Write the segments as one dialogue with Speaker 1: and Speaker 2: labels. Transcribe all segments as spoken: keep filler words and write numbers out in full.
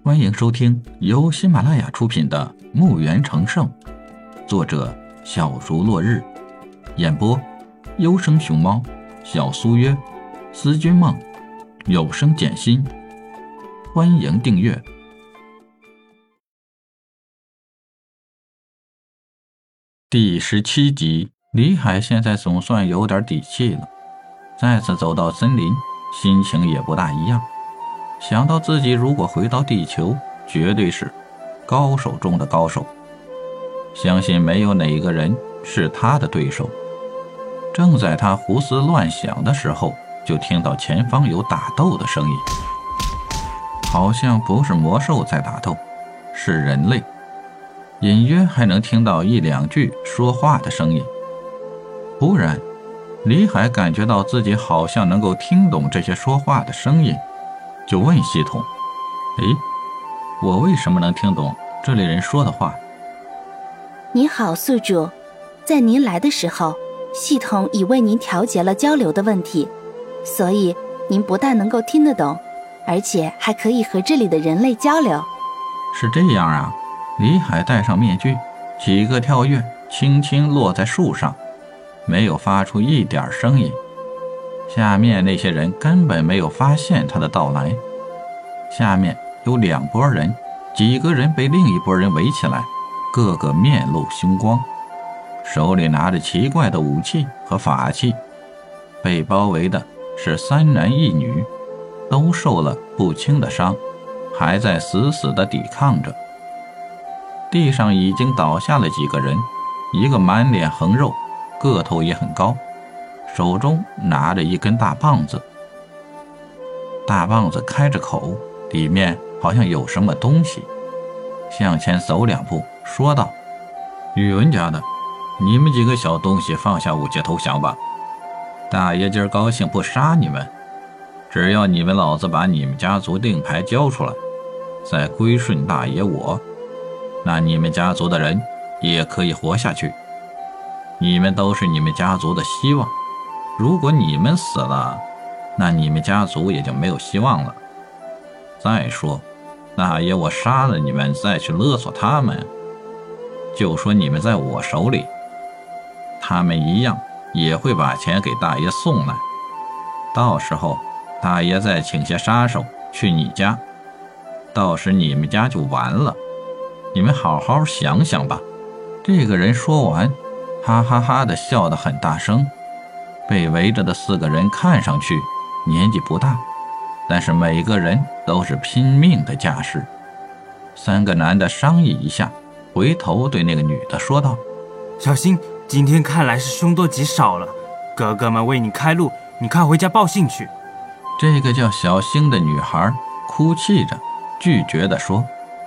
Speaker 1: 欢迎收听由喜马拉雅出品的《墓园成圣》，作者小竹落日，演播优生熊猫、小苏约、思君梦、有声简心。欢迎订阅。第十七集，李海现在总算有点底气了，再次走到森林，心情也不大一样。想到自己如果回到地球，绝对是高手中的高手，相信没有哪个人是他的对手。正在他胡思乱想的时候，就听到前方有打斗的声音，好像不是魔兽在打斗，是人类，隐约还能听到一两句说话的声音。忽然，李海感觉到自己好像能够听懂这些说话的声音，就问系统：诶，我为什么能听懂这类人说的话？
Speaker 2: 你好，宿主，在您来的时候，系统已为您调节了交流的问题，所以您不但能够听得懂，而且还可以和这里的人类交流。
Speaker 1: 是这样啊。李海戴上面具，几个跳跃轻轻落在树上，没有发出一点声音。下面那些人根本没有发现他的到来。下面有两拨人，几个人被另一拨人围起来，个个面露凶光，手里拿着奇怪的武器和法器。被包围的是三男一女，都受了不轻的伤，还在死死地抵抗着。地上已经倒下了几个人，一个满脸横肉，个头也很高，手中拿着一根大棒子，大棒子开着口，里面好像有什么东西。向前走两步，说道：宇文家的，你们几个小东西放下武器投降吧，大爷今儿高兴不杀你们，只要你们老子把你们家族令牌交出来，再归顺大爷我，那你们家族的人也可以活下去。你们都是你们家族的希望，如果你们死了，那你们家族也就没有希望了。再说，大爷我杀了你们再去勒索他们，就说你们在我手里，他们一样也会把钱给大爷送来，到时候大爷再请些杀手去你家，到时你们家就完了。你们好好想想吧。这个人说完，哈哈哈地笑得很大声。被围着的四个人看上去年纪不大，但是每个人都是拼命的架势。三个男的商议一下，回头对那个女的说道：
Speaker 3: 小心，今天看来是凶多吉少了，哥哥们为你开路，你快回家报信去。
Speaker 1: 这个叫小星的女孩哭泣着拒绝地说。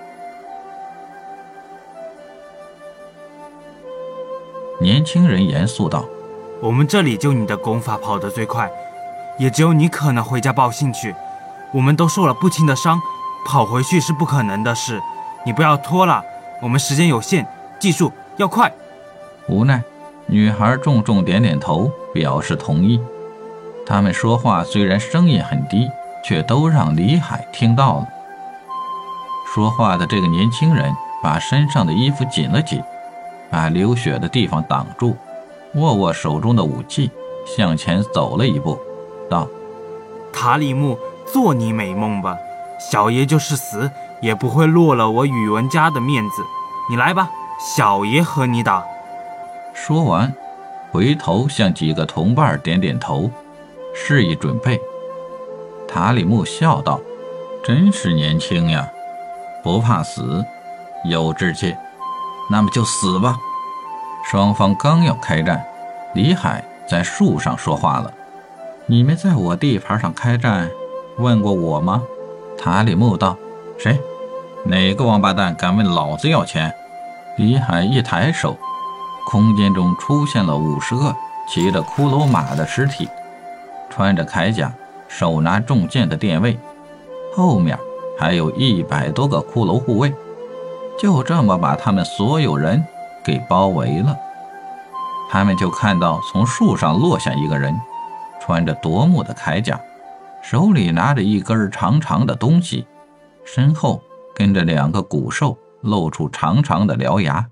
Speaker 1: 年轻人严肃道：
Speaker 3: 我们这里就你的功法跑得最快，也只有你可能回家报信去，我们都受了不轻的伤，跑回去是不可能的事，你不要拖了，我们时间有限，记住要快。
Speaker 1: 无奈女孩重重点点头，表示同意。他们说话虽然声音很低，却都让李海听到了。说话的这个年轻人把身上的衣服紧了紧，把流血的地方挡住，握握手中的武器，向前走了一步，道：
Speaker 3: 塔里木，做你美梦吧，小爷就是死也不会落了我宇文家的面子，你来吧，小爷和你打。
Speaker 1: 说完，回头向几个同伴点点头，示意准备。塔里木笑道：真是年轻呀，不怕死，有志气，那么就死吧。双方刚要开战，李海在树上说话了：你们在我地盘上开战，问过我吗？塔里木道：谁？哪个王八蛋敢问老子要钱？李海一抬手，空间中出现了五十个骑着骷髅马的尸体，穿着铠甲，手拿重剑的殿卫，后面还有一百多个骷髅护卫，就这么把他们所有人给包围了。他们就看到从树上落下一个人，穿着夺目的铠甲，手里拿着一根长长的东西，身后跟着两个古兽露出长长的獠牙。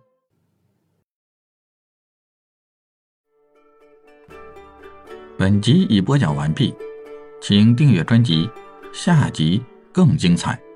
Speaker 1: 本集已播讲完毕，请订阅专辑，下集更精彩。